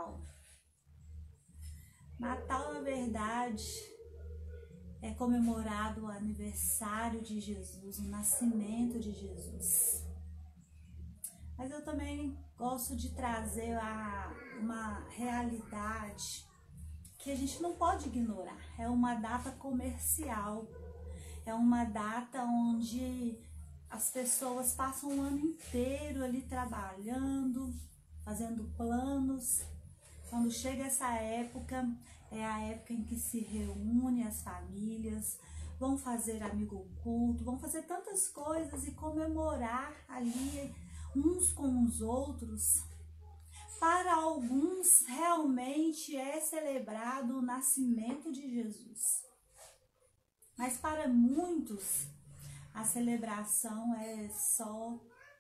Natal? Natal, na verdade, é comemorado o aniversário de Jesus, o nascimento de Jesus. Mas eu também gosto de trazer uma realidade que a gente não pode ignorar. É uma data comercial, é uma data onde as pessoas passam o ano inteiro ali trabalhando, fazendo planos. Quando chega essa época, é a época em que se reúne as famílias, vão fazer amigo oculto, vão fazer tantas coisas e comemorar ali uns com os outros. Para alguns, realmente é celebrado o nascimento de Jesus. Mas para muitos, a celebração é só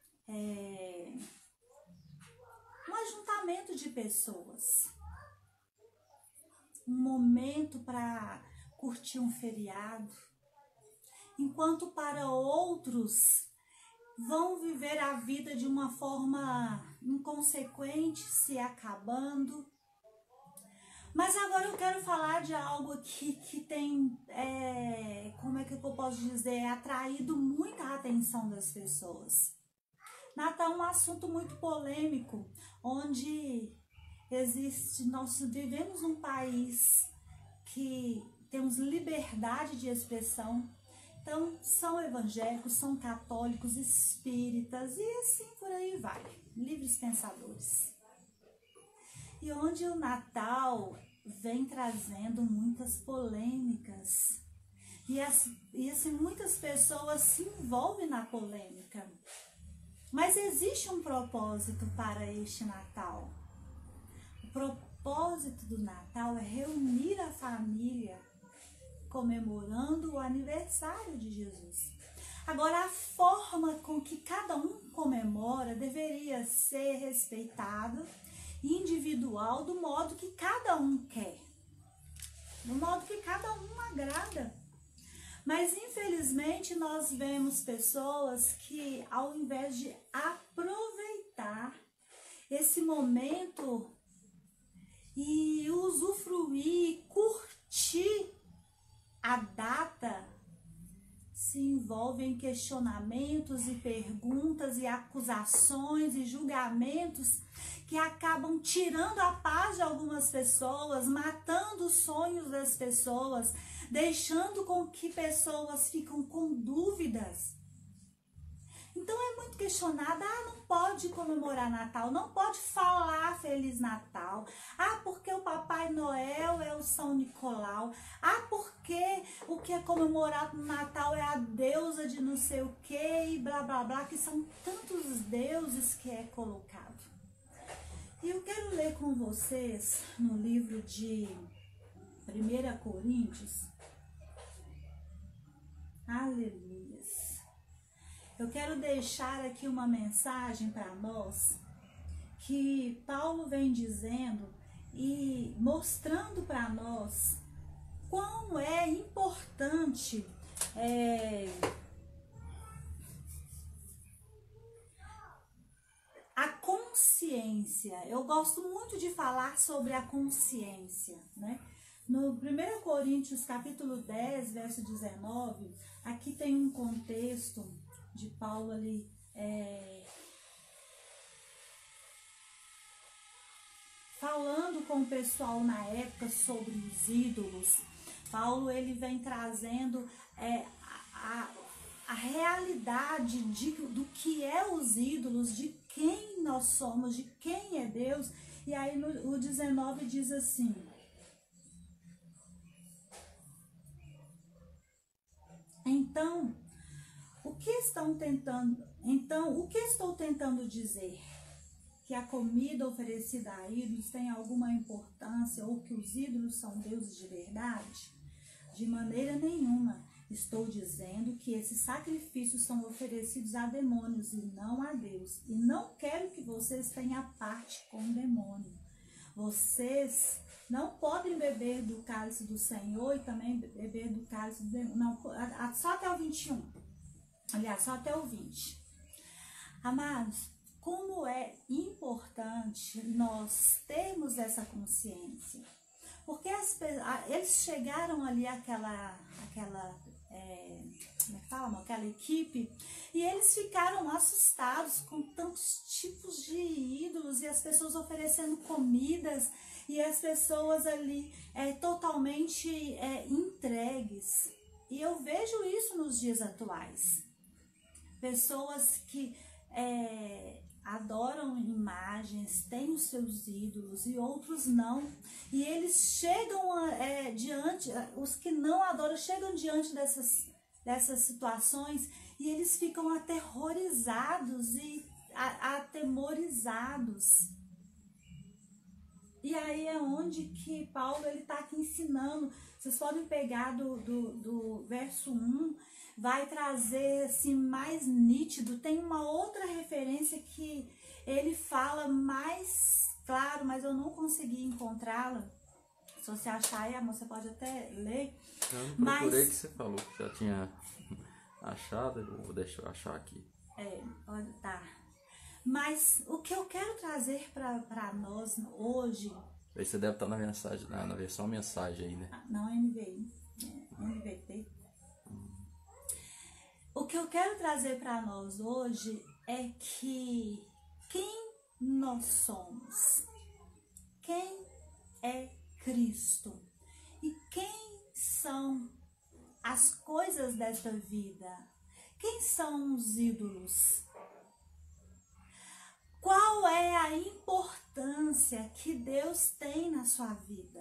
um ajuntamento de pessoas. Um momento para curtir um feriado. Enquanto para outros, vão viver a vida de uma forma inconsequente, se acabando. Mas agora eu quero falar de algo aqui que tem, como é que eu posso dizer, atraído muita atenção das pessoas. Natal é um assunto muito polêmico, onde nós vivemos um país que temos liberdade de expressão. Então, são evangélicos, são católicos, espíritas e assim por aí vai, livres pensadores. E onde o Natal vem trazendo muitas polêmicas. E assim, muitas pessoas se envolvem na polêmica. Mas existe um propósito para este Natal. O propósito do Natal é reunir a família, comemorando o aniversário de Jesus. Agora, a forma com que cada um comemora deveria ser respeitada, individual, do modo que cada um quer, do modo que cada um agrada. Mas, infelizmente, nós vemos pessoas que, ao invés de aproveitar esse momento e usufruir, curtir a data, se envolvem em questionamentos e perguntas e acusações e julgamentos que acabam tirando a paz de algumas pessoas, matando os sonhos das pessoas, deixando com que pessoas ficam com dúvidas. Então é muito questionado, não pode comemorar Natal, não pode falar Feliz Natal, porque o Papai Noel é o São Nicolau, porque o que é comemorado no Natal é a deusa de não sei o que e blá blá blá, que são tantos deuses que é colocado. E eu quero ler com vocês no livro de 1 Coríntios, aleluias. Eu quero deixar aqui uma mensagem para nós, que Paulo vem dizendo e mostrando para nós quão é importante a consciência. Eu gosto muito de falar sobre a consciência, né? No 1 Coríntios capítulo 10, verso 19, aqui tem um contexto de Paulo ali, falando com o pessoal na época sobre os ídolos. Paulo ele vem trazendo a realidade do que é os ídolos, de quem nós somos, de quem é Deus. E aí o 19 diz assim: Então, o que estou tentando dizer? Que a comida oferecida a ídolos tem alguma importância ou que os ídolos são deuses de verdade? De maneira nenhuma. Estou dizendo que esses sacrifícios são oferecidos a demônios e não a Deus. E não quero que vocês tenham parte com o demônio. Vocês não podem beber do cálice do Senhor e também beber do cálice do demônio. Não, só até o 21. Aliás, só até o 20. Amados, como é importante nós termos essa consciência. Porque eles chegaram ali aquela como é que fala, aquela equipe, e eles ficaram assustados com tantos tipos de ídolos e as pessoas oferecendo comidas e as pessoas ali totalmente entregues. E eu vejo isso nos dias atuais. Pessoas que adoram imagens, têm os seus ídolos e outros não. E eles chegam os que não adoram chegam diante dessas situações e eles ficam aterrorizados e atemorizados. E aí é onde que Paulo está aqui ensinando. Vocês podem pegar do verso 1, vai trazer assim mais nítido. Tem uma outra referência que ele fala mais claro, mas eu não consegui encontrá-la. Se você achar aí, amor, você pode até ler. Eu não procurei que você falou que já tinha achado, eu vou deixar eu achar aqui. Tá. Mas o que eu quero trazer para nós hoje... Aí você deve estar na mensagem, na versão mensagem aí, né? Não, NVI. NVT. O que eu quero trazer para nós hoje é que quem nós somos, quem é Cristo e quem são as coisas desta vida, quem são os ídolos, qual é a importância que Deus tem na sua vida.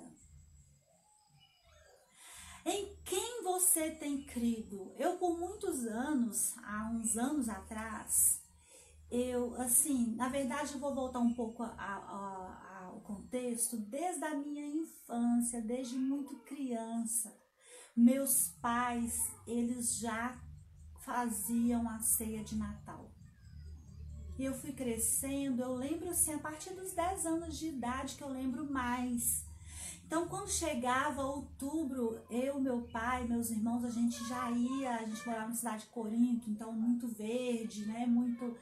Em quem você tem crido? Eu, por muitos anos, há uns anos atrás, na verdade, eu vou voltar um pouco ao contexto. Desde a minha infância, desde muito criança, meus pais, eles já faziam a ceia de Natal. E eu fui crescendo, eu lembro assim, a partir dos 10 anos de idade que eu lembro mais. Então, quando chegava outubro, eu, meu pai, meus irmãos, a gente morava na cidade de Corinto, então muito verde, né? Muito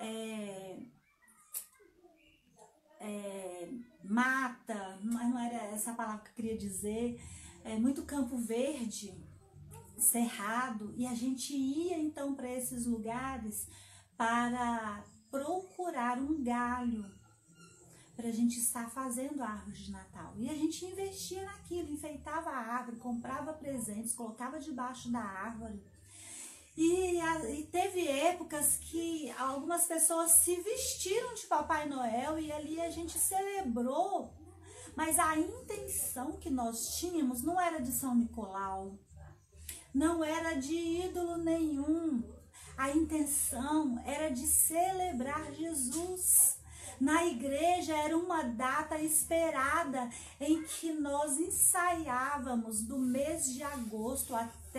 mata, mas não era essa palavra que eu queria dizer, muito campo verde, cerrado, e a gente ia então para esses lugares para procurar um galho para a gente estar fazendo a árvore de Natal. E a gente investia naquilo, enfeitava a árvore, comprava presentes, colocava debaixo da árvore. E teve épocas que algumas pessoas se vestiram de Papai Noel e ali a gente celebrou. Mas a intenção que nós tínhamos não era de São Nicolau, não era de ídolo nenhum. A intenção era de celebrar Jesus. Na igreja era uma data esperada em que nós ensaiávamos do mês de agosto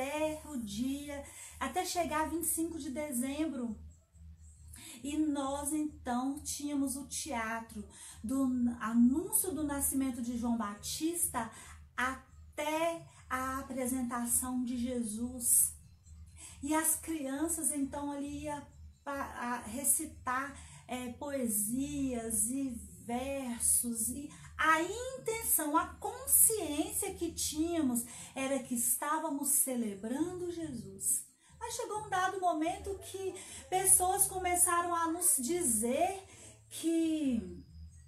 até chegar a 25 de dezembro. E nós então tínhamos o teatro do anúncio do nascimento de João Batista até a apresentação de Jesus. E as crianças então ali iam recitar poesias e versos, e a intenção, a consciência que tínhamos era que estávamos celebrando Jesus. Mas chegou um dado momento que pessoas começaram a nos dizer que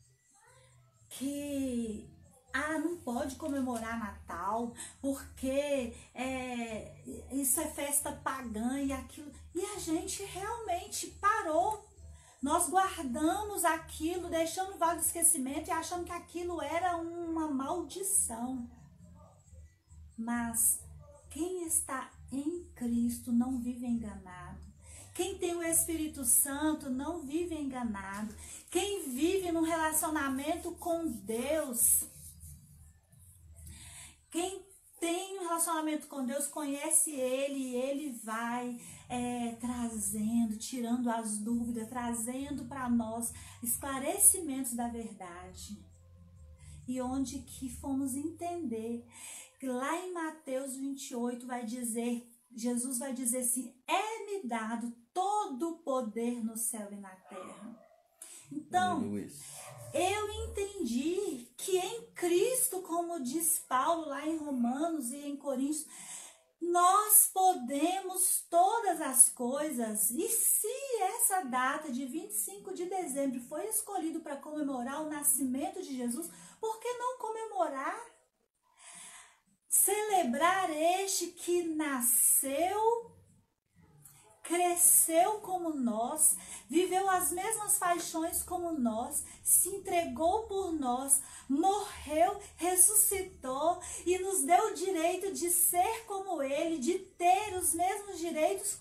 não pode comemorar Natal, porque isso é festa pagã e aquilo. E a gente realmente parou. Nós guardamos aquilo, deixando vago esquecimento e achando que aquilo era uma maldição. Mas quem está em Cristo não vive enganado. Quem tem o Espírito Santo não vive enganado. Quem vive num relacionamento com Deus, quem tem um relacionamento com Deus, conhece Ele, e Ele vai trazendo, tirando as dúvidas, trazendo para nós esclarecimentos da verdade. E onde que fomos entender, que lá em Mateus 28 vai dizer, Jesus vai dizer assim: é-me dado todo o poder no céu e na terra. Então, eu entendi que em Cristo, como diz Paulo lá em Romanos e em Coríntios, nós podemos todas as coisas. E se essa data de 25 de dezembro foi escolhido para comemorar o nascimento de Jesus, por que não comemorar? Celebrar este que nasceu, cresceu como nós, viveu as mesmas paixões como nós, se entregou por nós, morreu, ressuscitou e nos deu o direito de ser como ele, de ter os mesmos direitos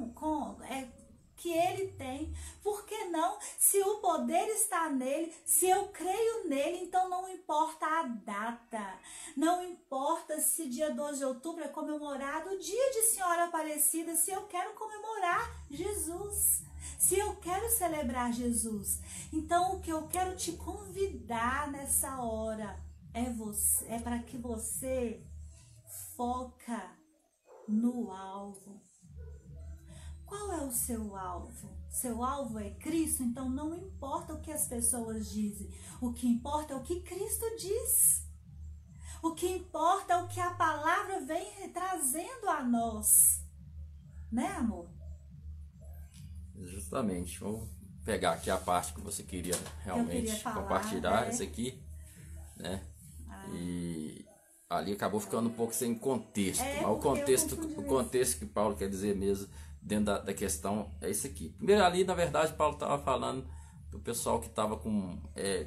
que ele tem. Por que não? Se o poder está nele, se eu creio nele, então não importa a data, não importa se dia 12 de outubro é comemorado o dia de Senhora Aparecida, se eu quero comemorar Jesus, se eu quero celebrar Jesus. Então o que eu quero te convidar nessa hora é para que você foca no alvo. Qual é o seu alvo? Seu alvo é Cristo, então não importa o que as pessoas dizem. O que importa é o que Cristo diz. O que importa é o que a palavra vem trazendo a nós. Né, amor? Justamente. Vou pegar aqui a parte que você queria realmente compartilhar, essa aqui, né? E ali acabou ficando um pouco sem contexto. Mas o contexto que Paulo quer dizer mesmo dentro da questão é isso aqui. Primeiro ali, na verdade, Paulo estava falando do pessoal que estava com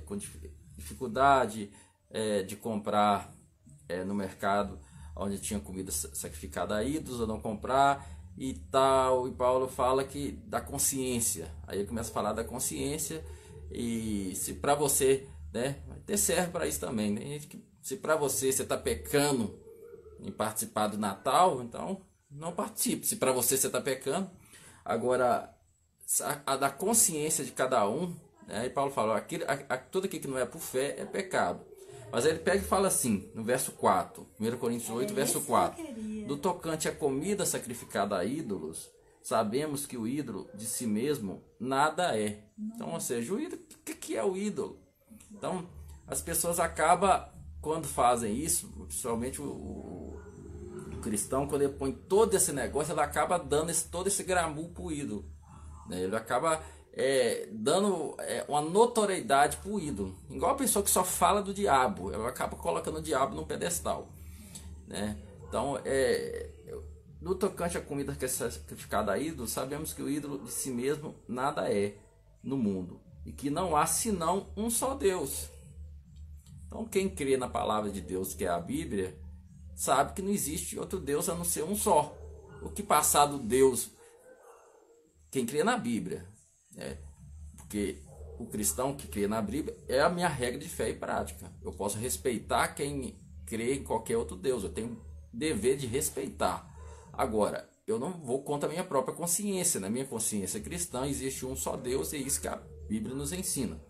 dificuldade de comprar no mercado onde tinha comida sacrificada a ídolos, ou não comprar e tal. E Paulo fala que da consciência. Aí ele começa a falar da consciência, e se para você, né, até serve para isso também, né? Se para você está pecando em participar do Natal, então não participe. Se para você está pecando, agora a da consciência de cada um, né? E Paulo fala, tudo aquilo que não é por fé é pecado. Mas aí ele pega e fala assim, no verso 4, 1 Coríntios 8, verso 4, do tocante à comida sacrificada a ídolos, sabemos que o ídolo de si mesmo nada é. Então, ou seja, o ídolo, o que é o ídolo? Então, as pessoas acabam, quando fazem isso, principalmente o cristão, quando ele põe todo esse negócio, ele acaba dando todo esse glamour para o ídolo, né? Ele acaba dando uma notoriedade para o ídolo. Igual a pessoa que só fala do diabo, ela acaba colocando o diabo num pedestal, né? Então, no tocante à comida que é sacrificada a ídolo, sabemos que o ídolo de si mesmo nada é no mundo, e que não há senão um só Deus. Então, quem crê na palavra de Deus, que é a Bíblia, sabe que não existe outro Deus a não ser um só. O que passar do Deus, quem crê na Bíblia, porque o cristão que crê na Bíblia é a minha regra de fé e prática. Eu posso respeitar quem crê em qualquer outro Deus, eu tenho dever de respeitar. Agora, eu não vou contra a minha própria consciência. Na minha consciência cristã existe um só Deus, e é isso que a Bíblia nos ensina.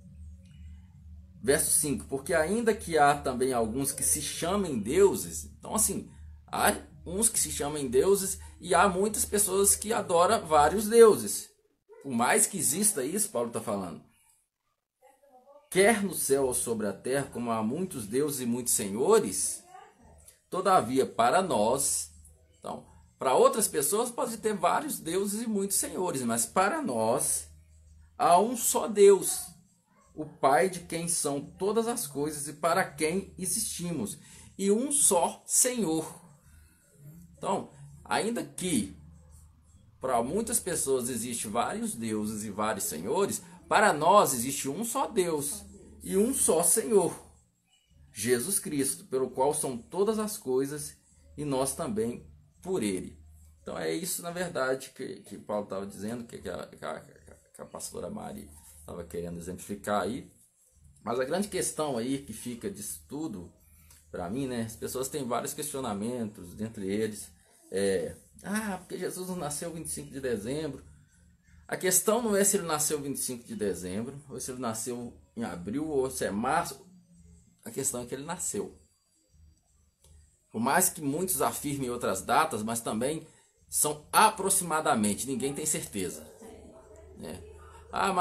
Verso 5, porque ainda que há também alguns que se chamem deuses, então assim, há uns que se chamem deuses e há muitas pessoas que adoram vários deuses. Por mais que exista isso, Paulo está falando, quer no céu ou sobre a terra, como há muitos deuses e muitos senhores, todavia para nós, então, para outras pessoas pode ter vários deuses e muitos senhores, mas para nós há um só Deus, o Pai de quem são todas as coisas e para quem existimos, e um só Senhor. Então, ainda que para muitas pessoas existem vários deuses e vários senhores, para nós existe um só Deus e um só Senhor, Jesus Cristo, pelo qual são todas as coisas e nós também por Ele. Então é isso, na verdade, que Paulo estava dizendo, que a pastora Mari estava querendo exemplificar aí. Mas a grande questão aí que fica disso tudo, para mim, né? As pessoas têm vários questionamentos, dentre eles, porque Jesus não nasceu 25 de dezembro. A questão não é se ele nasceu 25 de dezembro, ou se ele nasceu em abril, ou se é março. A questão é que ele nasceu. Por mais que muitos afirmem outras datas, mas também são aproximadamente, ninguém tem certeza, né? Mas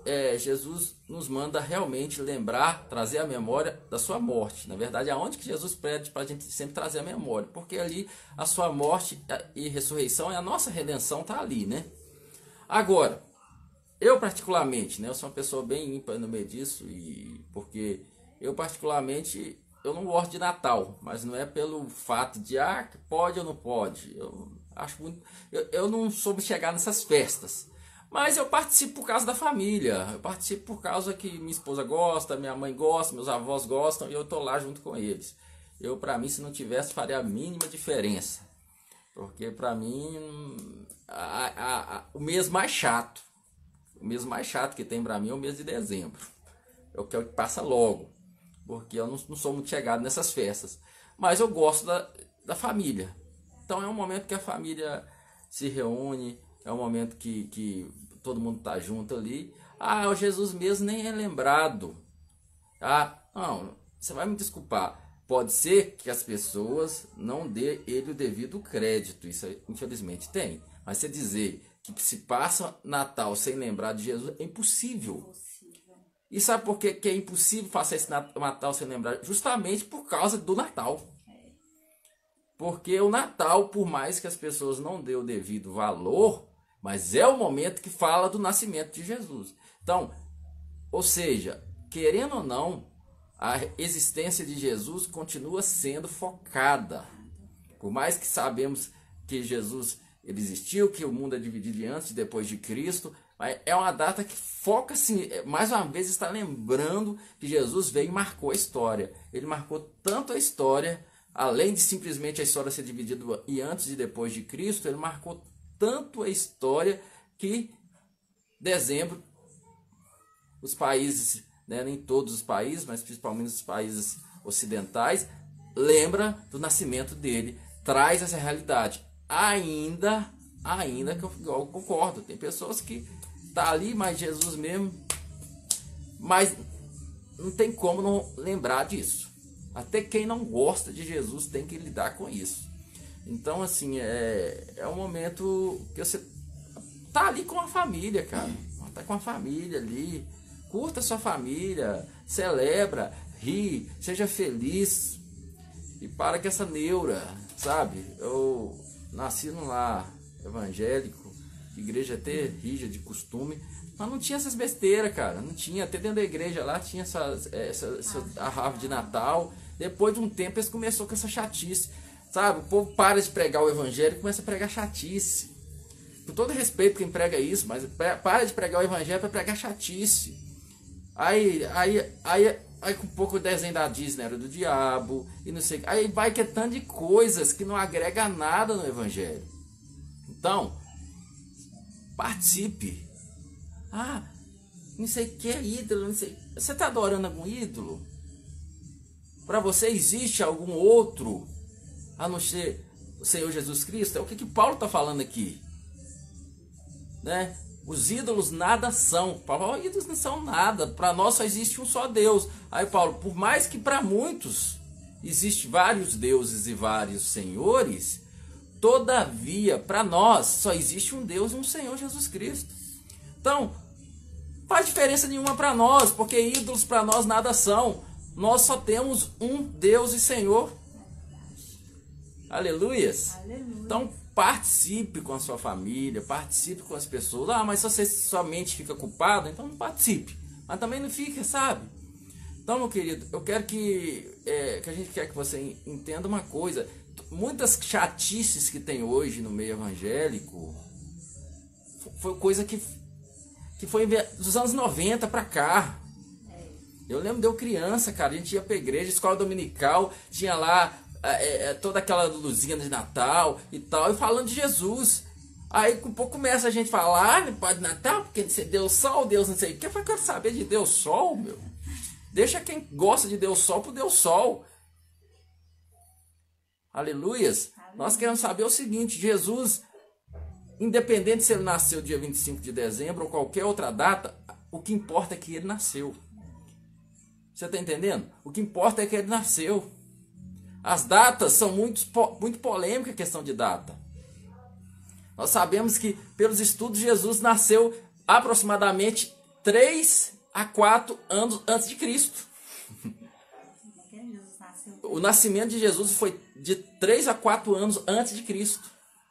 Jesus nos manda realmente lembrar, trazer a memória da sua morte. Na verdade, aonde que Jesus pede para a gente sempre trazer a memória? Porque ali a sua morte e ressurreição, e a nossa redenção está ali, né? Agora, eu particularmente, né, eu sou uma pessoa bem ímpar no meio disso, porque eu particularmente, eu não gosto de Natal, mas não é pelo fato de, que pode ou não pode. Eu não soube chegar nessas festas. Mas eu participo por causa da família, eu participo por causa que minha esposa gosta, minha mãe gosta, meus avós gostam e eu tô lá junto com eles. Para mim, se não tivesse, faria a mínima diferença. Porque para mim, o mês mais chato que tem para mim é o mês de dezembro. É o que passa logo, porque eu não sou muito chegado nessas festas. Mas eu gosto da família. Então é um momento que a família se reúne, é um momento que todo mundo está junto ali. O Jesus mesmo nem é lembrado. Não, você vai me desculpar. Pode ser que as pessoas não dê ele o devido crédito. Isso infelizmente tem. Mas você dizer que se passa Natal sem lembrar de Jesus é impossível. E sabe por que é impossível passar esse Natal sem lembrar? Justamente por causa do Natal. Porque o Natal, por mais que as pessoas não dêem o devido valor, mas é o momento que fala do nascimento de Jesus. Então, ou seja, querendo ou não, a existência de Jesus continua sendo focada. Por mais que sabemos que Jesus ele existiu, que o mundo é dividido em antes e depois de Cristo, mas é uma data que foca, assim, mais uma vez está lembrando que Jesus veio e marcou a história. Ele marcou tanto a história, além de simplesmente a história ser dividida em antes e depois de Cristo, ele marcou tanto a história que dezembro, os países, né, nem todos os países, mas principalmente os países ocidentais, lembra do nascimento dele, traz essa realidade. Ainda que eu concordo, tem pessoas que tá ali, mas Jesus mesmo, mas não tem como não lembrar disso. Até quem não gosta de Jesus tem que lidar com isso. Então, assim, é um momento que você tá ali com a família, cara. Tá com a família ali. Curta a sua família, celebra, ri, seja feliz. E para com essa neura, sabe? Eu nasci num lar evangélico, igreja até rígida de costume, mas não tinha essas besteiras, cara. Não tinha. Até dentro da igreja lá tinha essa árvore de Natal. Depois de um tempo eles começaram com essa chatice. Sabe, o povo para de pregar o evangelho e começa a pregar chatice. Com todo respeito quem prega isso, mas para de pregar o evangelho para pregar chatice. Aí com um pouco o desenho da Disney era do diabo, e não sei. Aí vai que é tanto de coisas que não agrega nada no evangelho. Então, participe. Não sei o que é ídolo, não sei. Você está adorando algum ídolo? Para você existe algum outro a não ser o Senhor Jesus Cristo? É o que Paulo está falando aqui, né? Os ídolos nada são. Paulo, ídolos não são nada. Para nós só existe um só Deus. Aí Paulo, por mais que para muitos existe vários deuses e vários senhores, todavia para nós só existe um Deus e um Senhor Jesus Cristo. Então, não faz diferença nenhuma para nós, porque ídolos para nós nada são. Nós só temos um Deus e Senhor. Aleluias. Aleluia. Então participe com a sua família, participe com as pessoas. Mas se você somente fica culpado, então não participe. Mas também não fica, sabe? Então, meu querido, eu quero que a gente quer que você entenda uma coisa. Muitas chatices que tem hoje no meio evangélico foi coisa que foi dos anos 90 para cá. Eu lembro de eu criança, cara, a gente ia pra igreja, escola dominical, tinha lá toda aquela luzinha de Natal e tal, e falando de Jesus. Aí com pouco começa a gente a falar, não pode Natal, porque você Deus Sol, Deus não sei o que. Eu quero saber de Deus Sol, meu. Deixa quem gosta de Deus Sol pro Deus Sol. Aleluias. Nós queremos saber o seguinte, Jesus, independente se ele nasceu dia 25 de dezembro ou qualquer outra data, o que importa é que ele nasceu. Você está entendendo? O que importa é que ele nasceu. As datas são muito polêmicas, a questão de data. Nós sabemos que, pelos estudos, Jesus nasceu aproximadamente 3 a 4 anos antes de Cristo. Jesus nasceu. O nascimento de Jesus foi de 3 a 4 anos antes de Cristo.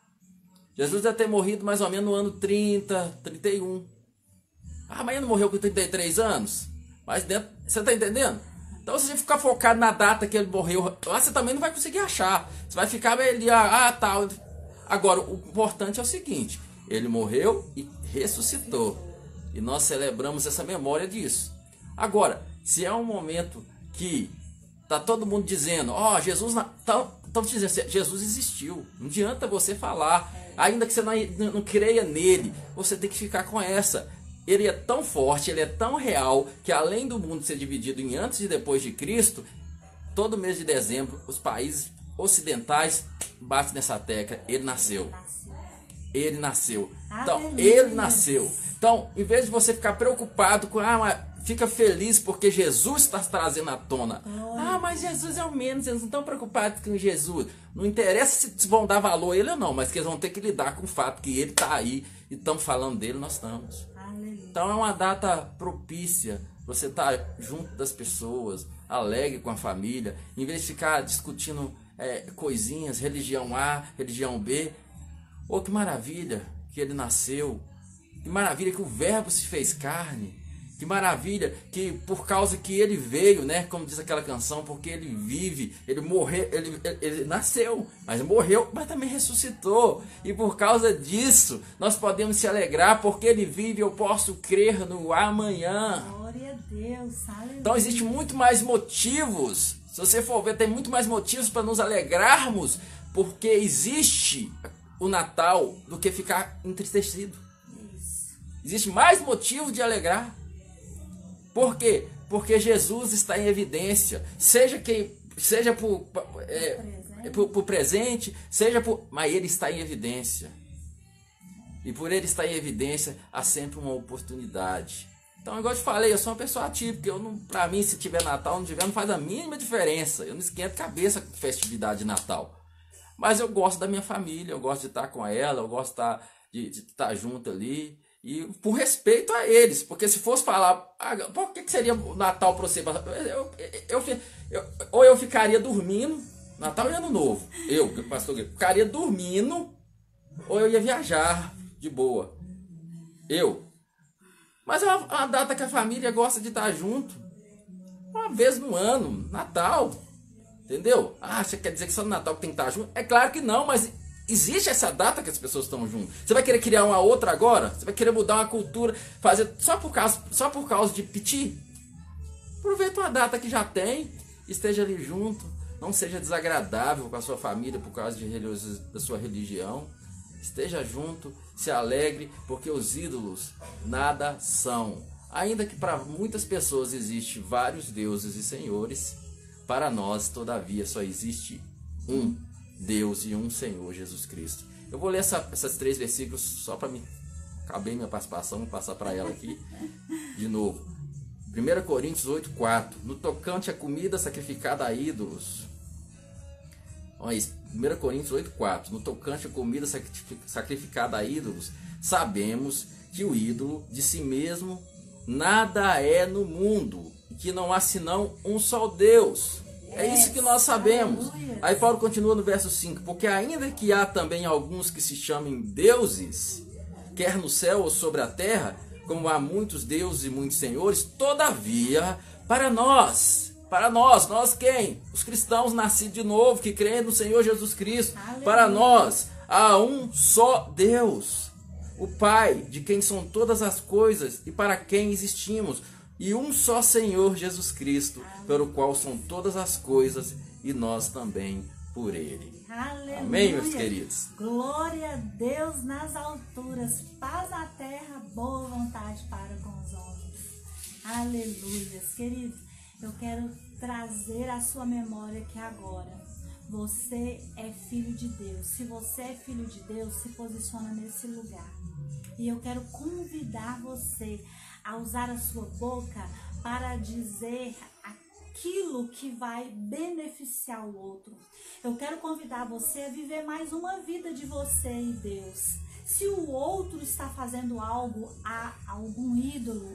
Jesus deve ter morrido mais ou menos no ano 30, 31. Ah, mas ele não morreu com 33 anos? Mas dentro, você está entendendo? Então, se você ficar focado na data que ele morreu, lá você também não vai conseguir achar. Você vai ficar ali, tal. Agora, o importante é o seguinte: ele morreu e ressuscitou. E nós celebramos essa memória disso. Agora, se é um momento que tá todo mundo dizendo, Jesus... Estão te dizendo, Jesus existiu. Não adianta você falar. Ainda que você não creia nele, você tem que ficar com essa. Ele é tão forte, ele é tão real, que além do mundo ser dividido em antes e depois de Cristo, todo mês de dezembro, os países ocidentais batem nessa tecla. Ele nasceu. Ele nasceu. Então, ele nasceu. Então, em vez de você ficar preocupado com, fica feliz porque Jesus está trazendo à tona. Mas Jesus é o menos, eles não estão preocupados com Jesus. Não interessa se vão dar valor a ele ou não, mas que eles vão ter que lidar com o fato que ele está aí e estão falando dele, nós estamos. Então é uma data propícia, você está junto das pessoas, alegre com a família, em vez de ficar discutindo coisinhas, religião A, religião B. Que maravilha que ele nasceu, que maravilha que o verbo se fez carne, que maravilha que por causa que ele veio, né, como diz aquela canção, porque ele vive, ele morreu, ele nasceu, mas morreu, mas também ressuscitou, e por causa disso nós podemos se alegrar, porque ele vive, eu posso crer no amanhã. Glória a Deus, aleluia. Então existe muito mais motivos, se você for ver, tem muito mais motivos para nos alegrarmos, porque existe o Natal, do que ficar entristecido. Existe mais motivo de alegrar. Por quê? Porque Jesus está em evidência. Seja por presente, mas ele está em evidência. E por ele estar em evidência, há sempre uma oportunidade. Então, igual eu te falei, eu sou uma pessoa atípica. Pra mim, se tiver Natal ou não tiver, não faz a mínima diferença. Eu não esquento cabeça com festividade de Natal. Mas eu gosto da minha família, eu gosto de estar com ela, eu gosto de estar junto ali. E por respeito a eles, porque se fosse falar, por que seria o Natal para você? Ou eu ficaria dormindo, Natal e Ano Novo, pastor, ficaria dormindo, ou eu ia viajar de boa. Mas é uma data que a família gosta de estar junto, uma vez no ano, Natal, entendeu? Você quer dizer que só no Natal que tem que estar junto? É claro que não, mas existe essa data que as pessoas estão juntas. Você vai querer criar uma outra agora? Você vai querer mudar uma cultura, fazer só por causa de piti? Aproveita uma data que já tem, esteja ali junto, não seja desagradável com a sua família por causa da sua religião. Esteja junto, se alegre, porque os ídolos nada são. Ainda que para muitas pessoas existem vários deuses e senhores, para nós, todavia, só existe um Deus e um Senhor, Jesus Cristo. Eu vou ler essas 3 versículos só para me caber minha participação, vou passar para ela aqui de novo. 1 Coríntios 8:4. No tocante à comida sacrificada a ídolos. Olha isso, 1 Coríntios 8:4. No tocante à comida sacrificada a ídolos, sabemos que o ídolo de si mesmo nada é no mundo, e que não há senão um só Deus. É isso que nós sabemos. Aleluia. Aí Paulo continua no verso 5. Porque ainda que há também alguns que se chamem deuses, quer no céu ou sobre a terra, como há muitos deuses e muitos senhores, todavia, para nós quem? Os cristãos nascidos de novo, que creem no Senhor Jesus Cristo. Aleluia. Para nós há um só Deus, o Pai, de quem são todas as coisas e para quem existimos, e um só Senhor Jesus Cristo, pelo qual são todas as coisas, e nós também por Ele. Aleluia. Amém, meus queridos? Glória a Deus nas alturas, paz na terra, boa vontade para com os homens. Aleluia. Queridos, eu quero trazer à sua memória que agora você é filho de Deus. Se você é filho de Deus, se posiciona nesse lugar. E eu quero convidar você a usar a sua boca para dizer aquilo que vai beneficiar o outro. Eu quero convidar você a viver mais uma vida de você e Deus. Se o outro está fazendo algo a algum ídolo,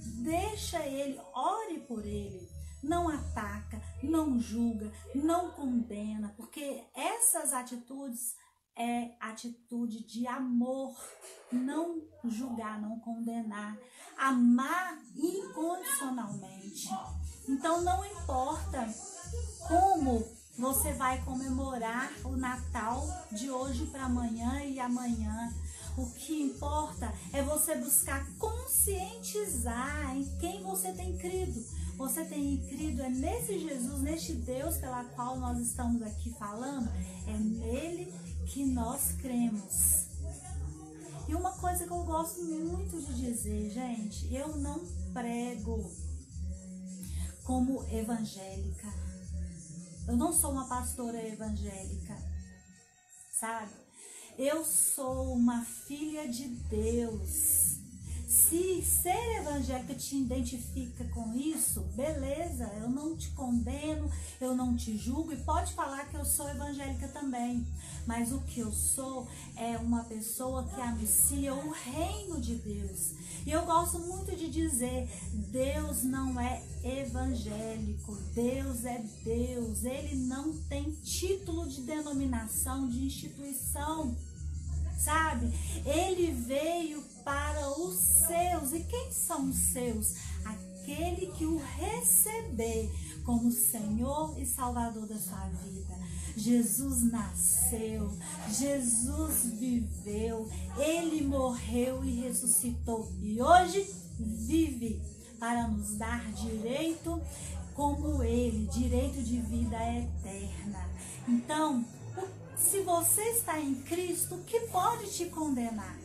deixa ele, ore por ele. Não ataca, não julga, não condena, porque essas atitudes é atitude de amor. Não julgar, não condenar, amar incondicionalmente. Então não importa como você vai comemorar o Natal de hoje para amanhã e amanhã. O que importa é você buscar conscientizar em quem você tem crido. Você tem crido é nesse Jesus, neste Deus pela qual nós estamos aqui falando. É nele que nós cremos. E uma coisa que eu gosto muito de dizer, gente, eu não prego como evangélica. Eu não sou uma pastora evangélica, sabe? Eu sou uma filha de Deus. Se ser evangélica te identifica com isso, beleza, eu não te condeno, eu não te julgo e pode falar que eu sou evangélica também. Mas o que eu sou é uma pessoa que anuncia o reino de Deus. E eu gosto muito de dizer, Deus não é evangélico, Deus é Deus. Ele não tem título de denominação, de instituição, sabe? Ele veio para os seus. E quem são os seus? Aquele que o receber como Senhor e Salvador da sua vida. Jesus nasceu, Jesus viveu, ele morreu e ressuscitou e hoje vive para nos dar direito como ele, direito de vida eterna. Então, se você está em Cristo, o que pode te condenar?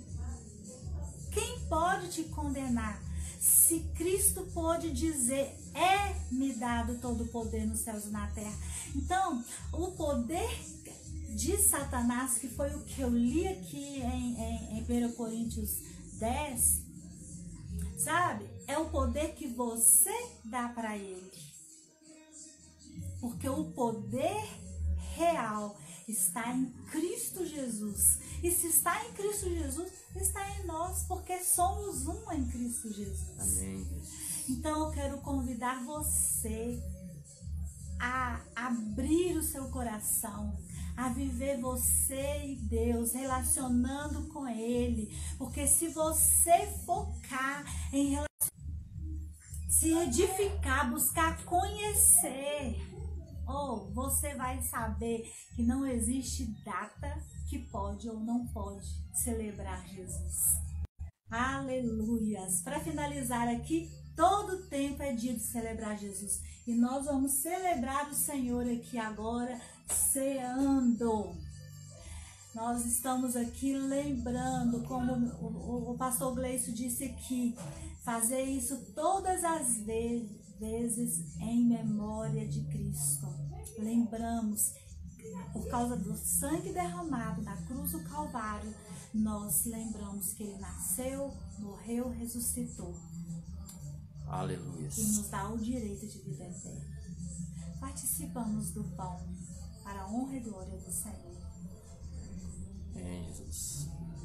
Quem pode te condenar? Se Cristo pôde dizer, é-me dado todo o poder nos céus e na terra. Então, o poder de Satanás, que foi o que eu li aqui em 1 Coríntios 10, sabe? É o poder que você dá para ele. Porque o poder real está em Cristo Jesus. E se está em Cristo Jesus, está em nós, porque somos um em Cristo Jesus. Amém. Então eu quero convidar você a abrir o seu coração, a viver você e Deus, relacionando com Ele. Porque se você focar em se edificar, buscar conhecer, você vai saber que não existe data que pode ou não pode celebrar Jesus. Aleluias! Para finalizar aqui, todo tempo é dia de celebrar Jesus. E nós vamos celebrar o Senhor aqui agora, ceando. Nós estamos aqui lembrando, como o pastor Gleison disse aqui, fazer isso todas as vezes em memória de Cristo. Lembramos, por causa do sangue derramado na cruz do Calvário, nós lembramos que Ele nasceu, morreu, ressuscitou. Aleluia. E nos dá o direito de vida eterna. Participamos do pão para a honra e glória do Senhor. Em Jesus.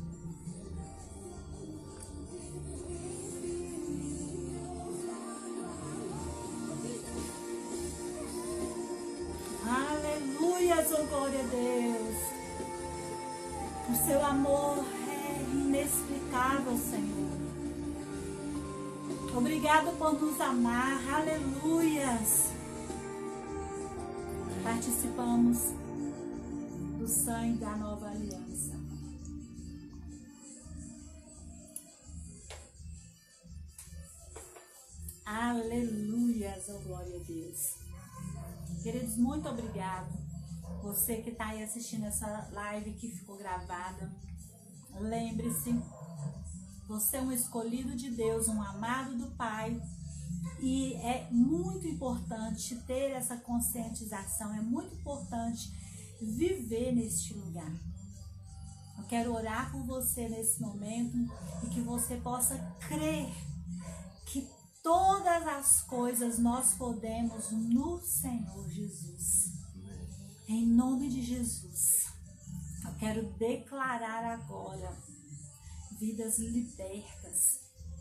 Aleluia, oh glória a Deus. O seu amor é inexplicável, Senhor. Obrigado por nos amar. Aleluias. Participamos do sangue da nova aliança. Aleluias, oh glória a Deus. Queridos, muito obrigado. Você que está aí assistindo essa live que ficou gravada. Lembre-se, você é um escolhido de Deus, um amado do Pai. E é muito importante ter essa conscientização. É muito importante viver neste lugar. Eu quero orar por você nesse momento e que você possa crer que todas as coisas nós podemos no Senhor Jesus. Em nome de Jesus, eu quero declarar agora vidas libertas,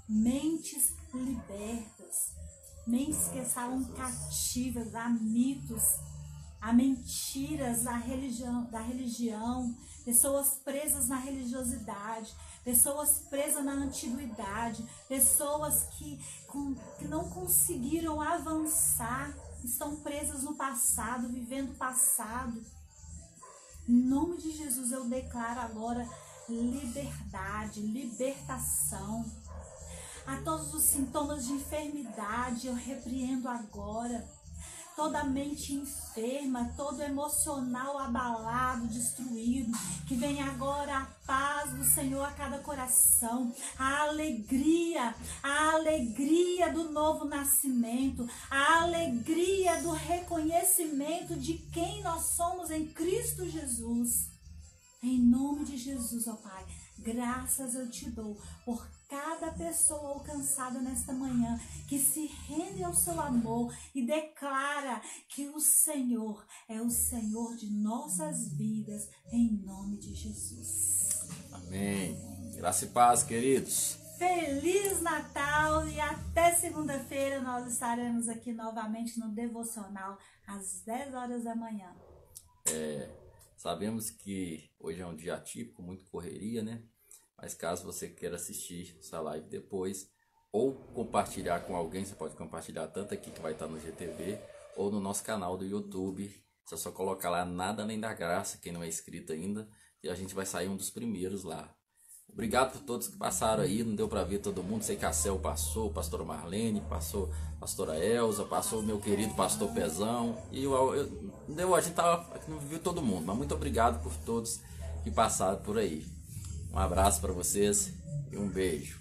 mentes libertas, mentes que estavam cativas a mitos, a mentiras da religião, pessoas presas na religiosidade, pessoas presas na antiguidade, pessoas que não conseguiram avançar, estão presas no passado, vivendo o passado. Em nome de Jesus eu declaro agora liberdade, libertação. A todos os sintomas de enfermidade eu repreendo agora. Toda mente enferma, todo emocional abalado, destruído, que venha agora a paz do Senhor a cada coração, a alegria do novo nascimento, a alegria do reconhecimento de quem nós somos em Cristo Jesus. Em nome de Jesus, ó Pai, graças eu te dou por cada pessoa alcançada nesta manhã, que se rende ao seu amor e declara que o Senhor é o Senhor de nossas vidas, em nome de Jesus. Amém. Graça e paz, queridos. Feliz Natal e até segunda-feira nós estaremos aqui novamente no Devocional às 10 horas da manhã. Sabemos que hoje é um dia atípico, muito correria, né? Mas caso você queira assistir essa live depois ou compartilhar com alguém, você pode compartilhar tanto aqui que vai estar no GTV ou no nosso canal do YouTube. Você só colocar lá Nada Além da Graça, quem não é inscrito ainda, e a gente vai sair um dos primeiros lá. Obrigado por todos que passaram aí, não deu para ver todo mundo, sei que a Cel passou, pastora Marlene, passou a pastora Elza, passou o meu querido pastor Pezão, e a gente não viu todo mundo, mas muito obrigado por todos que passaram por aí. Um abraço para vocês e um beijo.